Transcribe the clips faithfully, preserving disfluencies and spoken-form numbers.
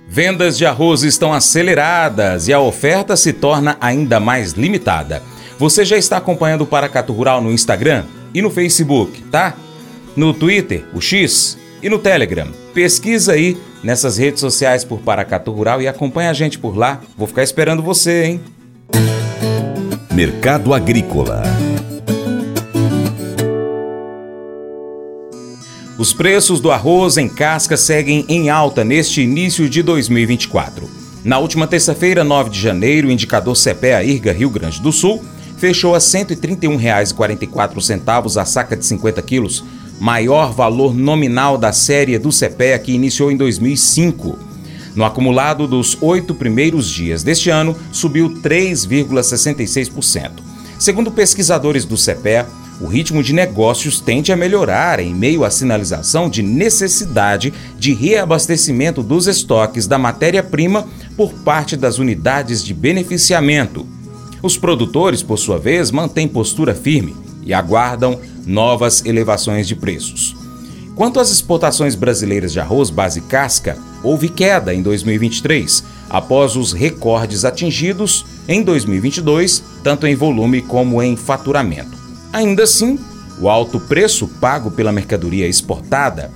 Vendas de arroz estão aceleradas e a oferta se torna ainda mais limitada. Você já está acompanhando o Paracatu Rural no Instagram e no Facebook, tá? No Twitter, o X, e no Telegram. Pesquisa aí nessas redes sociais por Paracatu Rural e acompanha a gente por lá. Vou ficar esperando você, hein? Mercado Agrícola. Os preços do arroz em casca seguem em alta neste início de dois mil e vinte e quatro. Na última terça-feira, nove de janeiro, o indicador CEPEA-IRGA Rio Grande do Sul fechou a cento e trinta e um reais e quarenta e quatro centavos a saca de cinquenta quilos, maior valor nominal da série do CEPEA que iniciou em dois mil e cinco. No acumulado dos oito primeiros dias deste ano, subiu três vírgula sessenta e seis por cento. Segundo pesquisadores do CEPEA, o ritmo de negócios tende a melhorar em meio à sinalização de necessidade de reabastecimento dos estoques da matéria-prima por parte das unidades de beneficiamento. Os produtores, por sua vez, mantêm postura firme e aguardam novas elevações de preços. Quanto às exportações brasileiras de arroz base casca, houve queda em dois mil e vinte e três, após os recordes atingidos em dois mil e vinte e dois, tanto em volume como em faturamento. Ainda assim, o alto preço pago pela mercadoria exportada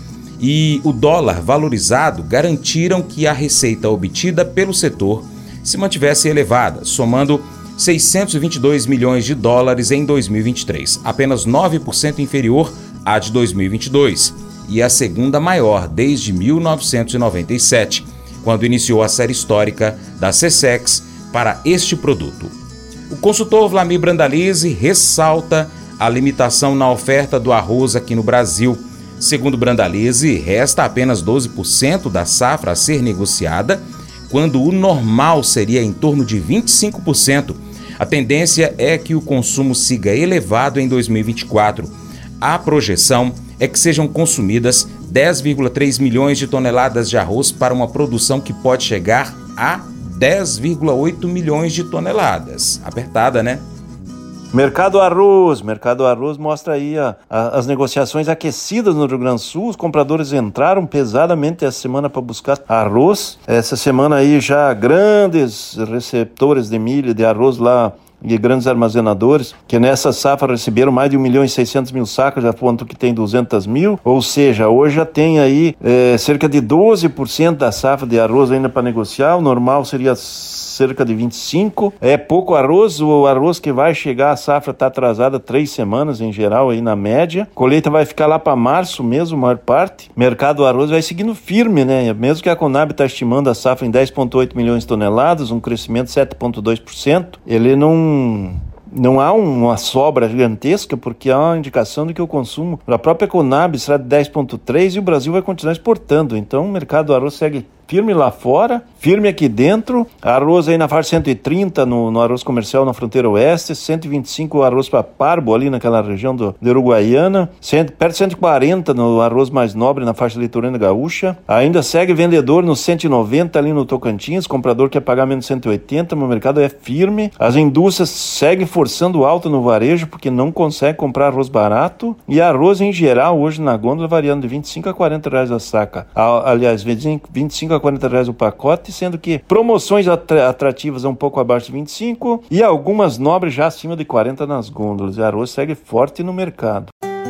e o dólar valorizado garantiram que a receita obtida pelo setor se mantivesse elevada, somando seiscentos e vinte e dois milhões de dólares em dois mil e vinte e três, apenas nove por cento inferior à de dois mil e vinte e dois, e a segunda maior desde mil novecentos e noventa e sete, quando iniciou a série histórica da SESEX para este produto. O consultor Vlamir Brandalize ressalta a limitação na oferta do arroz aqui no Brasil. Segundo Brandalize, resta apenas doze por cento da safra a ser negociada, quando o normal seria em torno de vinte e cinco por cento. A tendência é que o consumo siga elevado em dois mil e vinte e quatro. A projeção é que sejam consumidas dez vírgula três milhões de toneladas de arroz para uma produção que pode chegar a dez vírgula oito milhões de toneladas. Apertada, né? Mercado Arroz. Mercado Arroz mostra aí a, a, as negociações aquecidas no Rio Grande do Sul. Os compradores entraram pesadamente essa semana para buscar arroz. Essa semana aí já grandes receptores de milho, de arroz lá, e grandes armazenadores, que nessa safra receberam mais de um milhão e seiscentos mil sacas, já quanto que tem duzentos mil, ou seja, hoje já tem aí é, cerca de doze por cento da safra de arroz ainda para negociar. O normal seria cerca de vinte e cinco. É pouco arroz, o arroz que vai chegar, a safra está atrasada três semanas em geral aí na média. Colheita vai ficar lá para março mesmo, a maior parte. Mercado do arroz vai seguindo firme, né? Mesmo que a Conab está estimando a safra em dez vírgula oito milhões de toneladas, um crescimento de sete vírgula dois por cento, ele não... Não há uma sobra gigantesca, porque há uma indicação de que o consumo da própria Conab será de dez vírgula três e o Brasil vai continuar exportando. Então o mercado do arroz segue firme lá fora, firme aqui dentro. Arroz aí na faixa cento e trinta no, no arroz comercial na fronteira oeste, cento e vinte e cinco o arroz para Parbo ali naquela região do, de Uruguaiana, cem, perto de cento e quarenta no arroz mais nobre na faixa litorânea gaúcha. Ainda segue vendedor no cento e noventa ali no Tocantins, comprador quer pagar menos cento e oitenta, mas o mercado é firme. As indústrias seguem forçando alto no varejo porque não consegue comprar arroz barato, e arroz em geral hoje na gôndola variando de vinte e cinco a quarenta reais a saca. Aliás, vinte e cinco a quarenta reais o pacote, sendo que promoções atrativas um pouco abaixo de vinte e cinco e algumas nobres já acima de quarenta nas gôndolas. E arroz segue forte no mercado.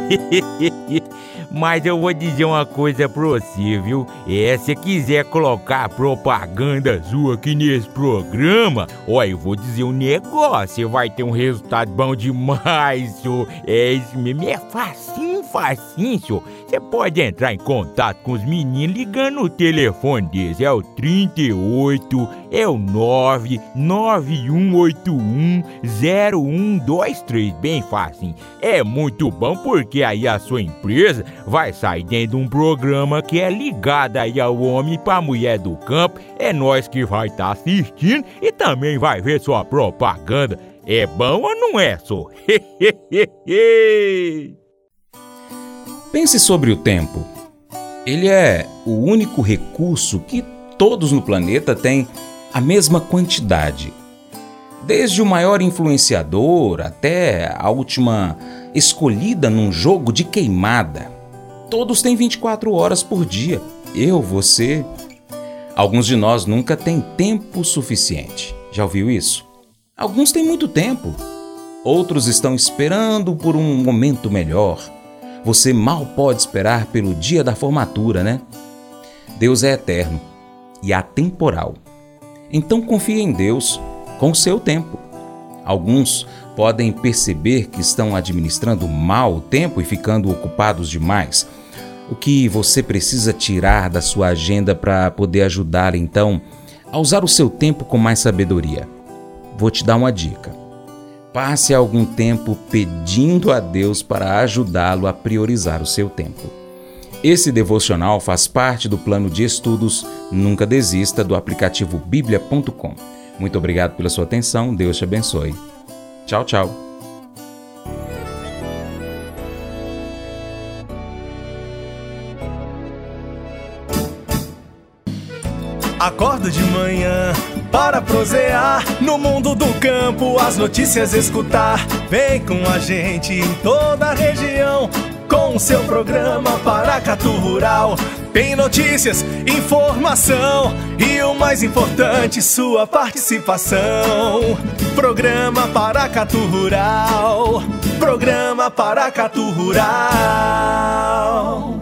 Mas eu vou dizer uma coisa pra você, viu? É, se quiser colocar propaganda sua aqui nesse programa, ó, eu vou dizer um negócio, você vai ter um resultado bom demais, senhor. É isso mesmo, é facinho, facinho, senhor. Você pode entrar em contato com os meninos ligando o telefone deles, é o trinta e oito, é o nove nove um oito um zero um dois três, bem facinho. É muito bom porque aí a sua empresa vai sair dentro de um programa que é ligado aí ao homem pra mulher do campo. É nós que vai estar tá assistindo e também vai ver sua propaganda. É bom ou não é, só? Pense sobre o tempo. Ele é o único recurso que todos no planeta têm a mesma quantidade. Desde o maior influenciador até a última escolhida num jogo de queimada. Todos têm vinte e quatro horas por dia. Eu, você. Alguns de nós nunca têm tempo suficiente. Já ouviu isso? Alguns têm muito tempo. Outros estão esperando por um momento melhor. Você mal pode esperar pelo dia da formatura, né? Deus é eterno e atemporal. Então confie em Deus com o seu tempo. Alguns podem perceber que estão administrando mal o tempo e ficando ocupados demais. O que você precisa tirar da sua agenda para poder ajudar, então, a usar o seu tempo com mais sabedoria? Vou te dar uma dica. Passe algum tempo pedindo a Deus para ajudá-lo a priorizar o seu tempo. Esse devocional faz parte do plano de estudos Nunca Desista do aplicativo bíblia ponto com. Muito obrigado pela sua atenção. Deus te abençoe. Tchau, tchau. Acordo de manhã para prosear no mundo do campo, as notícias escutar. Vem com a gente em toda a região com o seu programa Paracatu Rural. Tem notícias, informação e o mais importante, sua participação. Programa Paracatu Rural. Programa Paracatu Rural.